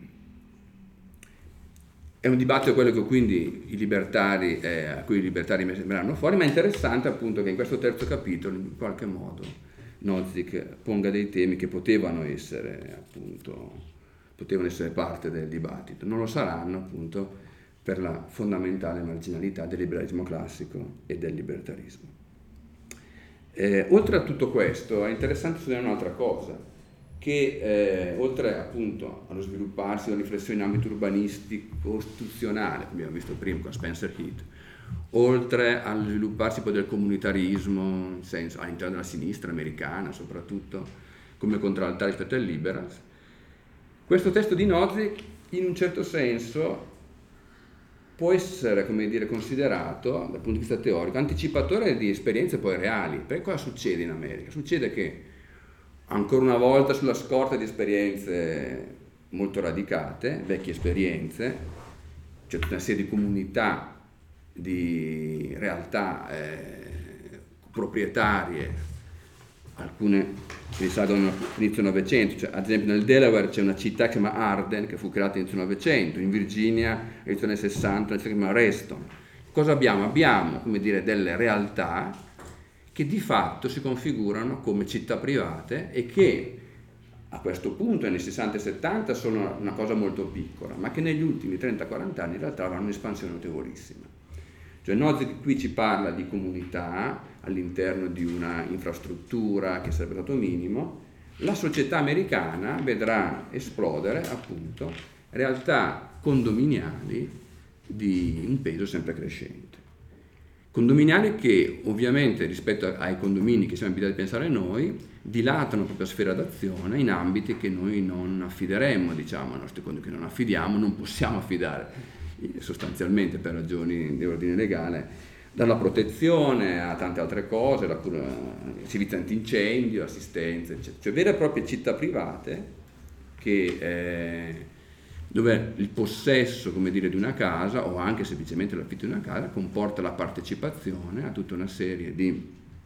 È un dibattito quello che quindi i libertari, eh, a cui i libertari sembreranno fuori, ma è interessante appunto che in questo terzo capitolo in qualche modo Nozick ponga dei temi che potevano essere appunto potevano essere parte del dibattito, non lo saranno appunto per la fondamentale marginalità del liberalismo classico e del libertarismo. Eh, oltre a tutto questo è interessante studiare un'altra cosa, che eh, oltre appunto allo svilupparsi di una riflessione in ambito urbanistico costituzionale, come abbiamo visto prima con Spencer Heath, oltre allo svilupparsi poi del comunitarismo in senso, all'interno della sinistra americana soprattutto, come contraltare rispetto ai liberals, questo testo di Nozick in un certo senso può essere, come dire, considerato dal punto di vista teorico anticipatore di esperienze poi reali. Perché cosa succede in America? Succede che ancora una volta sulla scorta di esperienze molto radicate, vecchie esperienze, c'è tutta una serie di comunità, di realtà eh, proprietarie, alcune che risalgono all'inizio del Novecento, cioè, ad esempio nel Delaware c'è una città che si chiama Arden, che fu creata all'inizio del Novecento, in Virginia all'inizio del sessanta, una città che si chiama Reston. Cosa abbiamo? Abbiamo, come dire, delle realtà che di fatto si configurano come città private e che a questo punto negli sessanta e settanta sono una cosa molto piccola, ma che negli ultimi trenta quaranta anni in realtà avranno un'espansione notevolissima. Cioè Nozick qui ci parla di comunità all'interno di una infrastruttura che sarebbe stato minimo, la società americana vedrà esplodere appunto realtà condominiali di un peso sempre crescente. Condominiali che ovviamente rispetto ai condomini che siamo abituati a pensare noi dilatano la propria sfera d'azione in ambiti che noi non affideremmo, diciamo, ai nostri condomini, che non affidiamo, non possiamo affidare sostanzialmente per ragioni di ordine legale, dalla protezione a tante altre cose, la servizi antincendio, assistenza, eccetera. Cioè vere e proprie città private che... Eh, dove il possesso, come dire, di una casa o anche semplicemente l'affitto di una casa comporta la partecipazione a tutta una serie di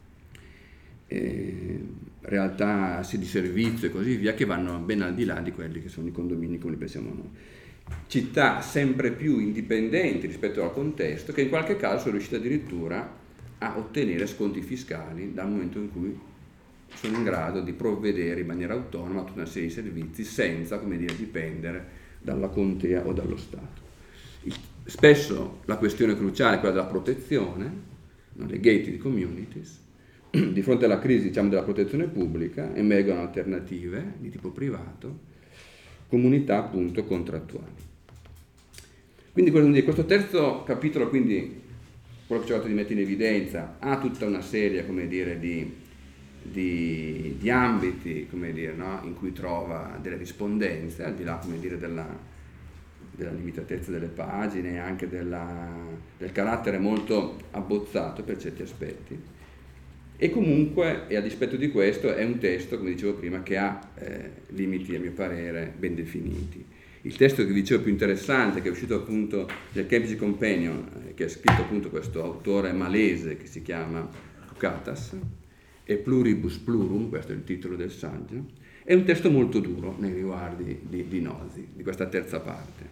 eh, realtà di servizio e così via che vanno ben al di là di quelli che sono i condomini come li pensiamo noi. Città sempre più indipendenti rispetto al contesto, che in qualche caso sono riuscite addirittura a ottenere sconti fiscali dal momento in cui sono in grado di provvedere in maniera autonoma a tutta una serie di servizi senza, come dire, dipendere dalla contea o dallo Stato. Spesso la questione cruciale è quella della protezione, no? Le gated communities. Di fronte alla crisi, diciamo, della protezione pubblica emergono alternative di tipo privato comunità appunto contrattuali. Quindi questo terzo capitolo, quindi quello che ho cercato di mettere in evidenza, ha tutta una serie, come dire, di, di, di ambiti, come dire, no? In cui trova delle rispondenze, al di là, come dire, della, della limitatezza delle pagine e anche della, del carattere molto abbozzato per certi aspetti. E comunque, e a dispetto di questo, è un testo, come dicevo prima, che ha eh, limiti, a mio parere, ben definiti. Il testo che dicevo più interessante, che è uscito appunto nel Cambridge Companion, eh, che ha scritto appunto questo autore malese che si chiama Kukatas, e Pluribus Plurum, questo è il titolo del saggio, è un testo molto duro nei riguardi di, di Nosy, di questa terza parte.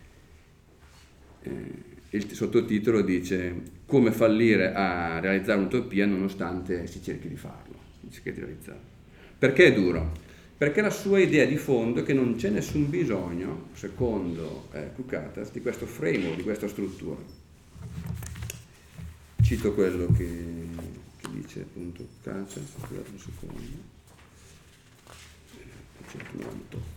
Eh, il sottotitolo dice come fallire a realizzare un'utopia nonostante si cerchi di farlo, si cerchi di realizzarlo. Perché è duro? Perché la sua idea di fondo è che non c'è nessun bisogno, secondo eh, Kukatas, di questo framework, di questa struttura. Cito quello che, che dice appunto Kukatas, scusate un secondo, centonovantotto.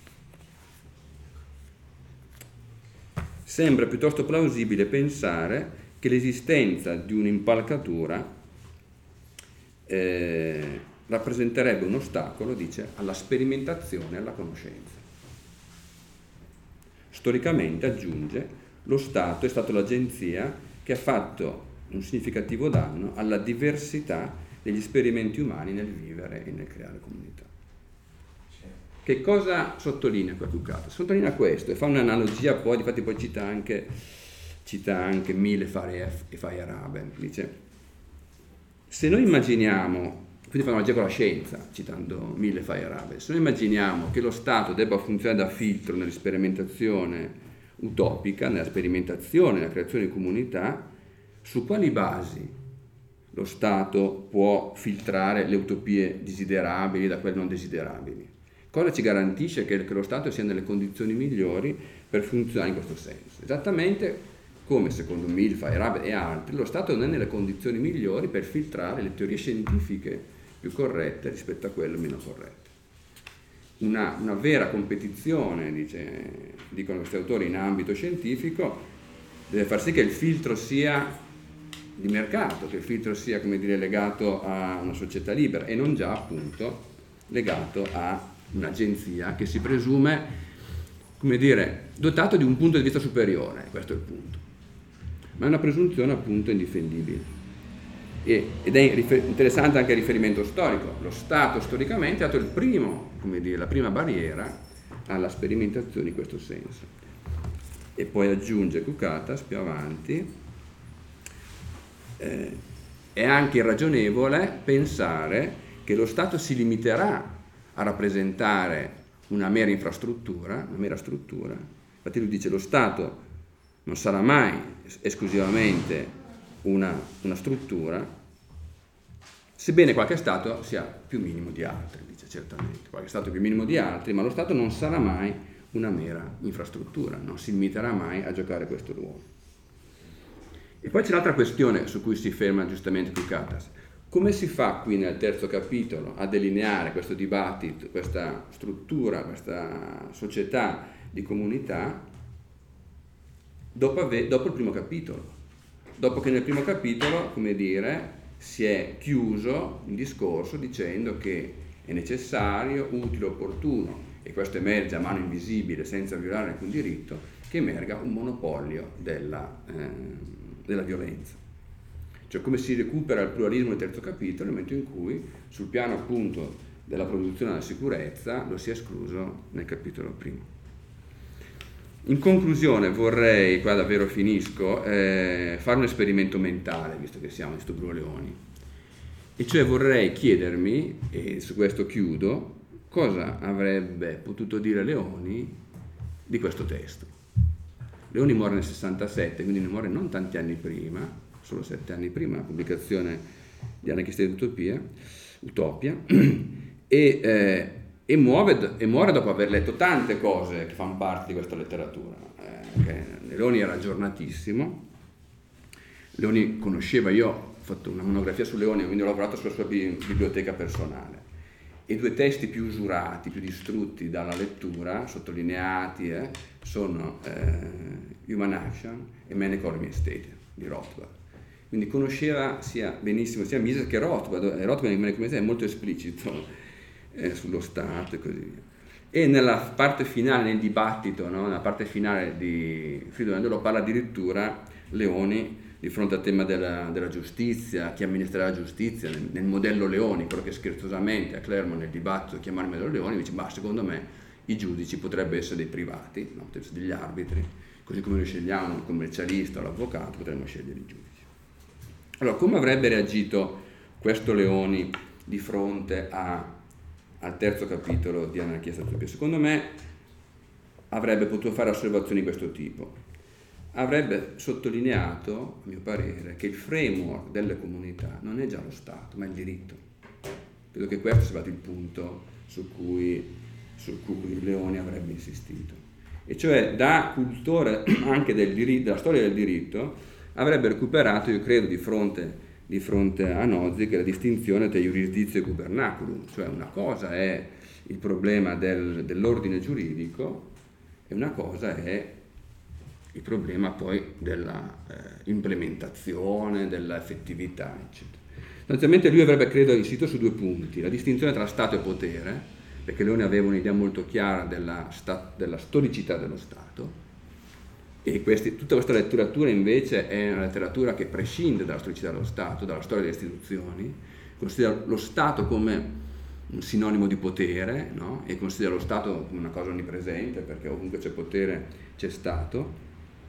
Sembra piuttosto plausibile pensare che l'esistenza di un'impalcatura eh, rappresenterebbe un ostacolo, dice, alla sperimentazione e alla conoscenza. Storicamente, aggiunge, lo Stato è stato l'agenzia che ha fatto un significativo danno alla diversità degli esperimenti umani nel vivere e nel creare comunità. Che cosa sottolinea qua Kukatas? Sottolinea questo e fa un'analogia poi, difatti poi cita anche, cita anche Mille e Feyerabend, dice, se noi immaginiamo, quindi fa un'analogia con la scienza, citando Mille e Feyerabend, se noi immaginiamo che lo Stato debba funzionare da filtro nell'esperimentazione utopica, nella sperimentazione, nella creazione di comunità, su quali basi lo Stato può filtrare le utopie desiderabili da quelle non desiderabili? Cosa ci garantisce che, che lo Stato sia nelle condizioni migliori per funzionare in questo senso? Esattamente come secondo Mill, Feyerabend e altri, lo Stato non è nelle condizioni migliori per filtrare le teorie scientifiche più corrette rispetto a quelle meno corrette. Una, una vera competizione, dice, dicono questi autori, in ambito scientifico deve far sì che il filtro sia di mercato, che il filtro sia, come dire, legato a una società libera e non già appunto legato a un'agenzia che si presume, come dire, dotato di un punto di vista superiore, questo è il punto. Ma è una presunzione appunto indifendibile. E, ed è interessante anche il riferimento storico. Lo Stato storicamente è stato il primo, come dire, la prima barriera alla sperimentazione in questo senso. E poi aggiunge Kukatas più avanti, eh, è anche irragionevole pensare che lo Stato si limiterà a rappresentare una mera infrastruttura, una mera struttura. Infatti lui dice lo Stato non sarà mai esclusivamente una, una struttura, sebbene qualche Stato sia più minimo di altri, dice certamente, qualche Stato più minimo di altri, ma lo Stato non sarà mai una mera infrastruttura, non si limiterà mai a giocare questo ruolo. E poi c'è l'altra questione su cui si ferma giustamente Kukatas. Come si fa qui nel terzo capitolo a delineare questo dibattito, questa struttura, questa società di comunità dopo, ave- dopo il primo capitolo? Dopo che nel primo capitolo, come dire, si è chiuso il discorso dicendo che è necessario, utile, opportuno, e questo emerge a mano invisibile senza violare alcun diritto, che emerga un monopolio della, eh, della violenza. Cioè come si recupera il pluralismo nel terzo capitolo nel momento in cui sul piano appunto della produzione della sicurezza lo si è escluso nel capitolo primo. In conclusione vorrei, qua davvero finisco, eh, fare un esperimento mentale, visto che siamo in sto Bruno Leoni, e cioè vorrei chiedermi, e su questo chiudo, cosa avrebbe potuto dire Leoni di questo testo. Leoni muore nel sessantasette, quindi ne muore non tanti anni prima, solo sette anni prima, la pubblicazione di Anarchisti d'Utopia, Utopia, e, eh, e, muove, e muore dopo aver letto tante cose che fanno parte di questa letteratura. Eh, okay? Leoni era aggiornatissimo, Leoni conosceva, io ho fatto una monografia su Leoni, quindi ho lavorato sulla sua bi- biblioteca personale, i due testi più usurati, più distrutti dalla lettura, sottolineati, eh, sono eh, Human Action e Man Economy and State di Rothbard. Quindi conosceva sia benissimo sia Mises che Rothbard, e Rothbard in Man Economy and State è molto esplicito eh, sullo Stato e così via. E nella parte finale, nel dibattito, no? Nella parte finale di Friedman lo parla addirittura Leoni di fronte al tema della, della giustizia, chi amministrerà la giustizia, nel, nel modello Leoni, quello che scherzosamente a Claremont nel dibattito chiamava il modello Leoni, dice, ma secondo me i giudici potrebbero essere dei privati, no? Potrebbero essere degli arbitri, così come noi scegliamo il commercialista o l'avvocato, potremmo scegliere i giudici. Allora, come avrebbe reagito questo Leoni di fronte a, al terzo capitolo di Anarchia e Statutopia? Secondo me avrebbe potuto fare osservazioni di questo tipo. Avrebbe sottolineato, a mio parere, che il framework delle comunità non è già lo Stato, ma il diritto. Credo che questo sia stato il punto su cui, su cui Leoni avrebbe insistito. E cioè, da cultore anche del diritto, della storia del diritto, avrebbe recuperato, io credo, di fronte, di fronte a Nozick, la distinzione tra iurisdizio e gubernaculum. Cioè, una cosa è il problema del, dell'ordine giuridico e una cosa è il problema poi della eh, implementazione, della effettività, eccetera. Sostanzialmente lui avrebbe, credo, insistito su due punti: la distinzione tra Stato e potere, perché Leoni aveva un'idea molto chiara della, sta, della storicità dello Stato, e questi, tutta questa letteratura invece è una letteratura che prescinde dalla storicità dello Stato, dalla storia delle istituzioni, considera lo Stato come un sinonimo di potere, no? E considera lo Stato come una cosa onnipresente, perché ovunque c'è potere c'è Stato.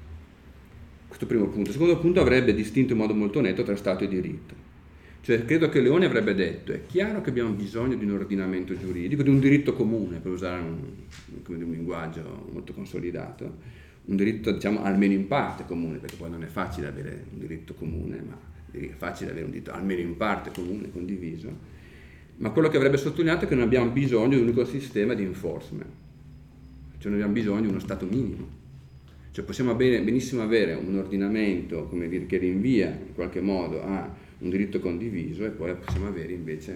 Questo primo punto. Il secondo punto avrebbe distinto in modo molto netto tra Stato e diritto. Cioè, credo che Leoni avrebbe detto: è chiaro che abbiamo bisogno di un ordinamento giuridico, di un diritto comune, per usare un, come un linguaggio molto consolidato, un diritto, diciamo, almeno in parte comune, perché poi non è facile avere un diritto comune, ma è facile avere un diritto almeno in parte comune, condiviso. Ma quello che avrebbe sottolineato è che non abbiamo bisogno di un unico sistema di enforcement, cioè non abbiamo bisogno di uno Stato minimo. Cioè possiamo bene, benissimo avere un ordinamento, come dire, che rinvia in qualche modo a un diritto condiviso, e poi possiamo avere invece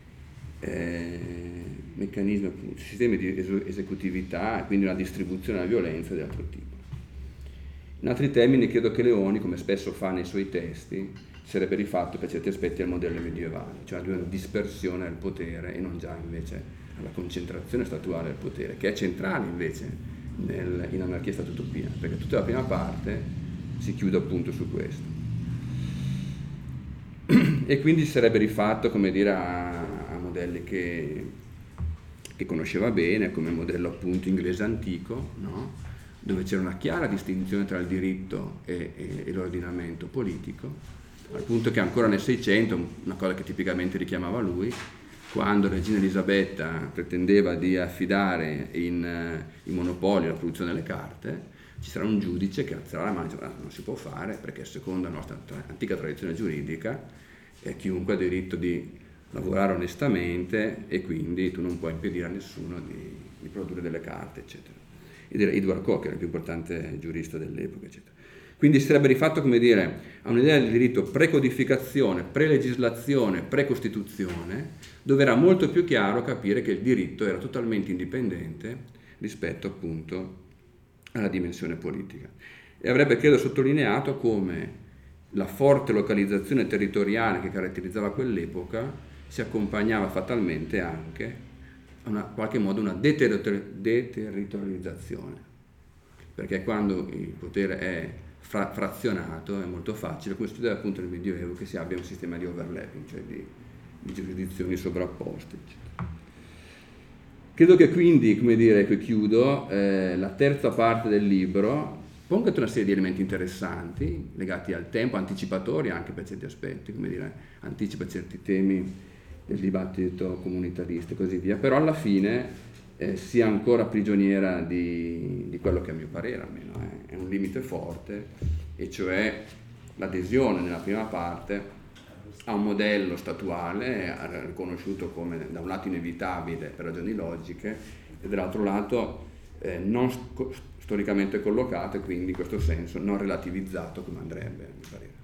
eh, meccanismi, appunto, sistemi di es- esecutività e quindi una distribuzione della violenza di altro tipo. In altri termini, credo che Leoni, come spesso fa nei suoi testi, sarebbe rifatto per certi aspetti al modello medievale, cioè ad una dispersione del potere e non già invece alla concentrazione statuale del potere, che è centrale invece Nel, in Anarchia e Statutopia, perché tutta la prima parte si chiude appunto su questo, e quindi sarebbe rifatto, come dire, a, a modelli che, che conosceva bene, come il modello appunto inglese antico, no? Dove c'era una chiara distinzione tra il diritto e, e, e l'ordinamento politico, al punto che ancora nel Seicento, una cosa che tipicamente richiamava lui, quando Regina Elisabetta pretendeva di affidare in, uh, in monopolio la produzione delle carte, ci sarà un giudice che alzerà la mano e dirà: non si può fare, perché secondo la nostra tra- antica tradizione giuridica eh, chiunque ha diritto di lavorare onestamente, e quindi tu non puoi impedire a nessuno di, di produrre delle carte, eccetera. Ed era Edward Coke, era il più importante giurista dell'epoca, eccetera. Quindi si sarebbe rifatto, come dire, a un'idea del diritto pre-codificazione, pre-legislazione, pre-costituzione, dove era molto più chiaro capire che il diritto era totalmente indipendente rispetto appunto alla dimensione politica. E avrebbe, credo, sottolineato come la forte localizzazione territoriale che caratterizzava quell'epoca si accompagnava fatalmente anche a una, in qualche modo, una deterritori- deterritorializzazione, perché quando il potere è fra- frazionato è molto facile, come studiare appunto nel Medioevo, che si abbia un sistema di overlapping, cioè di, di giurisdizioni sovrapposte, eccetera. Credo che quindi, come dire, qui chiudo, eh, la terza parte del libro ponga tutta una serie di elementi interessanti legati al tempo, anticipatori anche per certi aspetti, come dire, anticipa certi temi del dibattito comunitarista e così via, però alla fine eh, sia ancora prigioniera di, di quello che, a mio parere almeno eh, è un limite forte, e cioè l'adesione nella prima parte a un modello statuale riconosciuto come da un lato inevitabile per ragioni logiche e dall'altro lato eh, non st- storicamente collocato, e quindi in questo senso non relativizzato come andrebbe, a mio parere.